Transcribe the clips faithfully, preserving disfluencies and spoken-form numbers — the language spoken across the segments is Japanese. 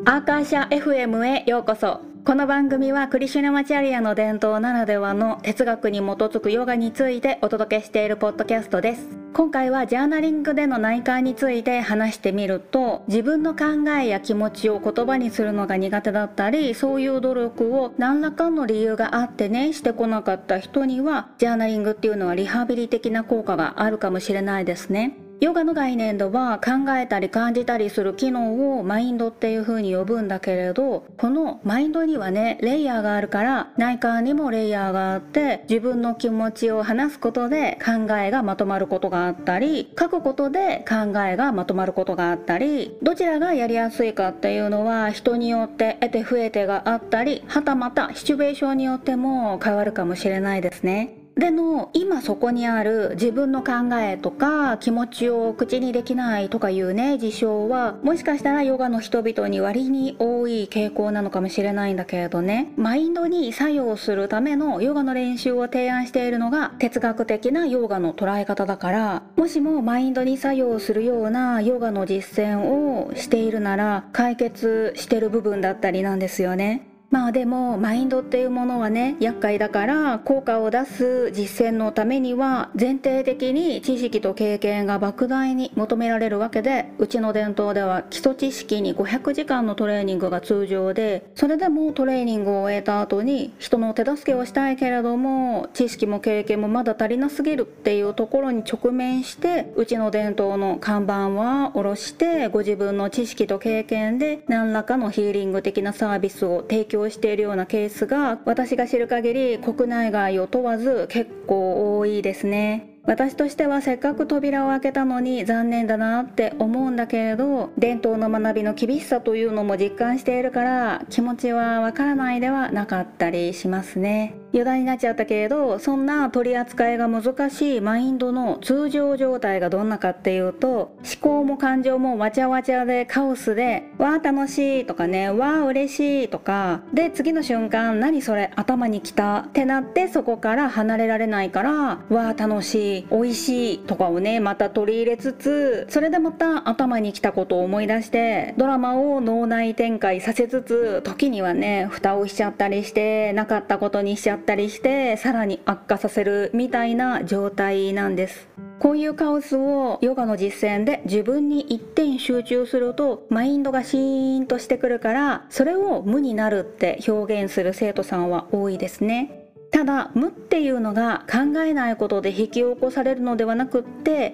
アーカーシャ エフエム へようこそ。この番組はクリシュナマチャリアの伝統ならではの哲学に基づくヨガについてお届けしているポッドキャストです。今回はジャーナリングでの内観について話してみると、自分の考えや気持ちを言葉にするのが苦手だったり、そういう努力を何らかの理由があってねしてこなかった人には、ジャーナリングっていうのはリハビリ的な効果があるかもしれないですね。ヨガの概念では考えたり感じたりする機能をマインドっていう風に呼ぶんだけれど、このマインドにはねレイヤーがあるから、内観にもレイヤーがあって、自分の気持ちを話すことで考えがまとまることがあったり、書くことで考えがまとまることがあったり、どちらがやりやすいかっていうのは人によって得て増えてがあったり、はたまたシチュエーションによっても変わるかもしれないですね。でも今そこにある自分の考えとか気持ちを口にできないとかいうね事象は、もしかしたらヨガの人々に割に多い傾向なのかもしれないんだけれどね、マインドに作用するためのヨガの練習を提案しているのが哲学的なヨガの捉え方だから、もしもマインドに作用するようなヨガの実践をしているなら解決してる部分だったりなんですよね。まあでもマインドっていうものはね厄介だから、効果を出す実践のためには前提的に知識と経験が莫大に求められるわけで、うちの伝統では基礎知識にごひゃくじかんのトレーニングが通常で、それでもトレーニングを終えた後に人の手助けをしたいけれども知識も経験もまだ足りなすぎるっていうところに直面して、うちの伝統の看板は下ろして、ご自分の知識と経験で何らかのヒーリング的なサービスを提供しているようなケースが、私が知る限り国内外を問わず結構多いですね。私としてはせっかく扉を開けたのに残念だなって思うんだけれど、伝統の学びの厳しさというのも実感しているから気持ちはわからないではなかったりしますね。余談になっちゃったけれど、そんな取り扱いが難しいマインドの通常状態がどんなかっていうと、思考も感情もわちゃわちゃでカオスで、わー楽しいとかね、わー嬉しいとかで、次の瞬間何それ頭にきたってなって、そこから離れられないから、わー楽しい美味しいとかをねまた取り入れつつ、それでまた頭に来たことを思い出してドラマを脳内展開させつつ、時にはね蓋をしちゃったりしてなかったことにしちゃったりして、さらに悪化させるみたいな状態なんです。こういうカオスをヨガの実践で自分に一点集中すると、マインドがシーンとしてくるから、それを無になるって表現する生徒さんは多いですね。ただ無っていうのが考えないことで引き起こされるのではなくって、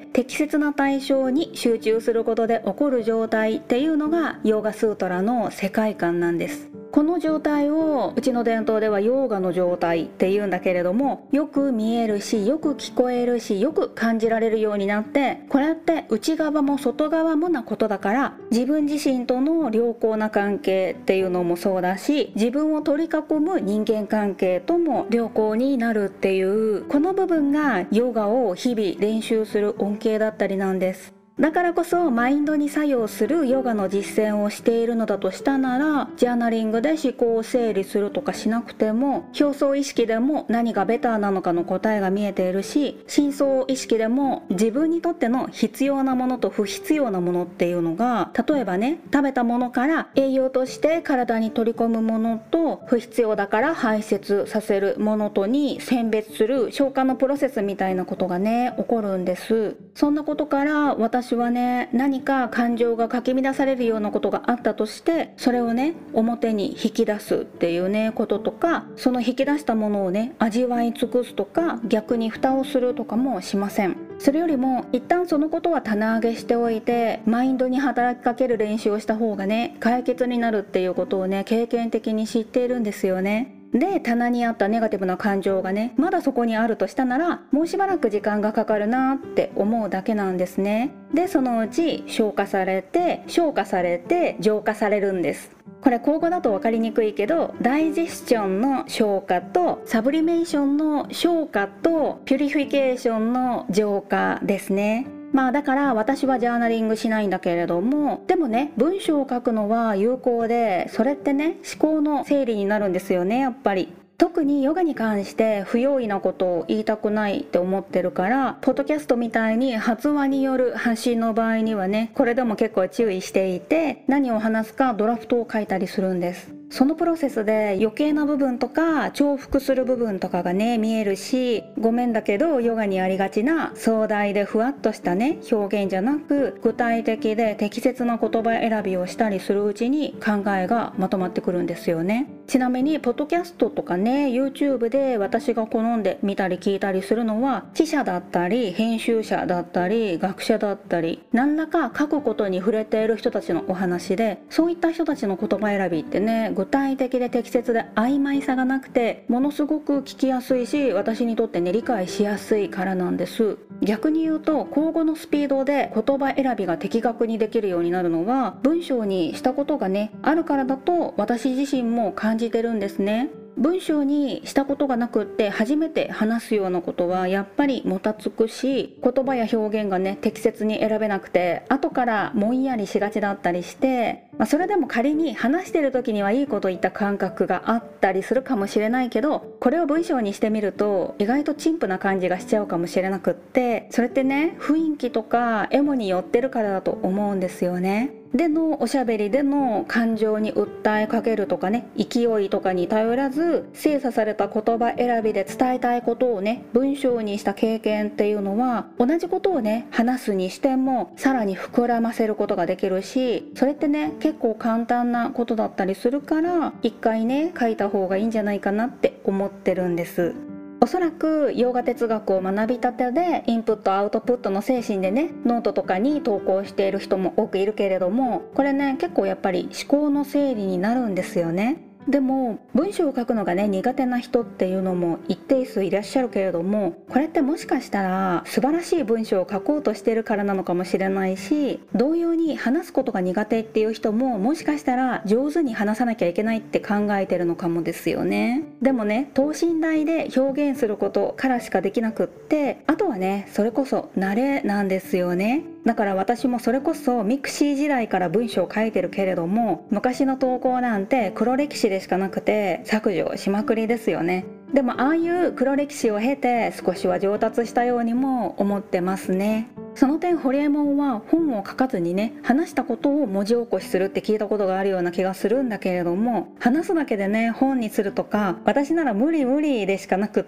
適切な対象に集中することで起こる状態っていうのがヨーガスートラの世界観なんです。この状態をうちの伝統ではヨーガの状態っていうんだけれども、よく見えるしよく聞こえるしよく感じられるようになって、これって内側も外側もなことだから、自分自身との良好な関係っていうのもそうだし、自分を取り囲む人間関係とも良好になるっていう、この部分がヨガを日々練習する恩恵だったりなんです。だからこそマインドに作用するヨガの実践をしているのだとしたなら、ジャーナリングで思考を整理するとかしなくても、表層意識でも何がベターなのかの答えが見えているし、深層意識でも自分にとっての必要なものと不必要なものっていうのが、例えばね食べたものから栄養として体に取り込むものと、不必要だから排泄させるものとに選別する消化のプロセスみたいなことがね起こるんです。そんなことから私私はね、何か感情がかき乱されるようなことがあったとして、それをね表に引き出すっていうねこととか、その引き出したものをね味わい尽くすとか、逆に蓋をするとかもしません。それよりも一旦そのことは棚上げしておいて、マインドに働きかける練習をした方がね解決になるっていうことをね経験的に知っているんですよね。で、棚にあったネガティブな感情がねまだそこにあるとしたなら、もうしばらく時間がかかるなって思うだけなんですね。で、そのうち消化されて消化されて浄化されるんです。これ口語だと分かりにくいけど、ダイジェスチョンの消化とサブリメーションの消化とピュリフィケーションの浄化ですね。まあだから私はジャーナリングしないんだけれども、でもね文章を書くのは有効で、それってね思考の整理になるんですよね、やっぱり。 特にヨガに関して不用意なことを言いたくないって思ってるから、ポッドキャストみたいに発話による発信の場合にはね、これでも結構注意していて、何を話すかドラフトを書いたりするんです。そのプロセスで余計な部分とか重複する部分とかがね見えるし、ごめんだけどヨガにありがちな壮大でふわっとしたね表現じゃなく、具体的で適切な言葉選びをしたりするうちに考えがまとまってくるんですよね。ちなみにポッドキャストとかね YouTube で私が好んで見たり聞いたりするのは、記者だったり編集者だったり学者だったり、何らか書くことに触れている人たちのお話で、そういった人たちの言葉選びってね、具体的で適切で曖昧さがなくて、ものすごく聞きやすいし、私にとってね理解しやすいからなんです。逆に言うと、口語のスピードで言葉選びが的確にできるようになるのは、文章にしたことがねあるからだと私自身も感じてるんですね。文章にしたことがなくって初めて話すようなことはやっぱりもたつくし、言葉や表現がね適切に選べなくて後からもんやりしがちだったりして、まあ、それでも仮に話してる時にはいいこと言った感覚があったりするかもしれないけど、これを文章にしてみると意外と陳腐な感じがしちゃうかもしれなくって、それってね雰囲気とかエモに寄ってるからだと思うんですよね。でのおしゃべりでの感情に訴えかけるとかね、勢いとかに頼らず精査された言葉選びで伝えたいことをね文章にした経験っていうのは、同じことをね話すにしてもさらに膨らませることができるし、それってね結構簡単なことだったりするから、一回ね書いた方がいいんじゃないかなって思ってるんです。おそらくヨガ哲学を学びたてでインプットアウトプットの精神でねノートとかに投稿している人も多くいるけれども、これね結構やっぱり思考の整理になるんですよね。でも文章を書くのがね苦手な人っていうのも一定数いらっしゃるけれども、これってもしかしたら素晴らしい文章を書こうとしているからなのかもしれないし、同様に話すことが苦手っていう人ももしかしたら上手に話さなきゃいけないって考えてるのかもですよね。でもね等身大で表現することからしかできなくって、あとはねそれこそ慣れなんですよね。だから私もそれこそミクシー時代から文章を書いてるけれども、昔の投稿なんて黒歴史でしかなくて削除しまくりですよね。でもああいう黒歴史を経て少しは上達したようにも思ってますね。その点ホリエモンは本を書かずにね話したことを文字起こしするって聞いたことがあるような気がするんだけれども、話すだけでね本にするとか私なら無理無理でしかなくって、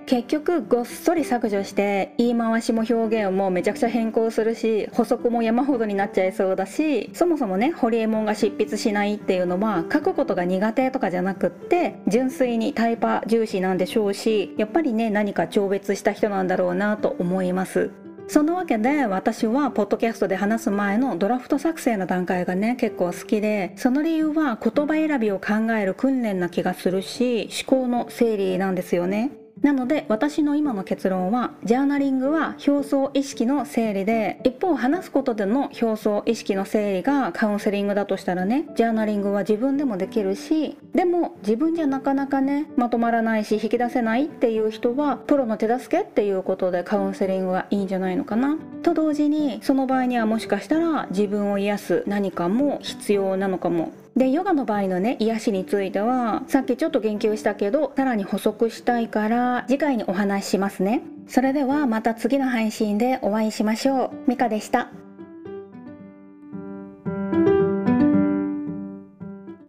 結局ごっそり削除して言い回しも表現もめちゃくちゃ変更するし、補足も山ほどになっちゃいそうだし、そもそもねホリエモンが執筆しないっていうのは書くことが苦手とかじゃなくって、純粋にタイパ重視なんでしょうし、やっぱりね何か超別した人なんだろうなと思います。そのわけで私はポッドキャストで話す前のドラフト作成の段階がね結構好きで、その理由は言葉選びを考える訓練な気がするし、思考の整理なんですよね。なので私の今の結論は、ジャーナリングは表層意識の整理で、一方話すことでの表層意識の整理がカウンセリングだとしたらね、ジャーナリングは自分でもできるし、でも自分じゃなかなかねまとまらないし引き出せないっていう人はプロの手助けっていうことでカウンセリングがいいんじゃないのかなと同時に、その場合にはもしかしたら自分を癒す何かも必要なのかも。でヨガの場合のね癒しについてはさっきちょっと言及したけど、さらに補足したいから次回にお話ししますね。それではまた次の配信でお会いしましょう。ミカでした。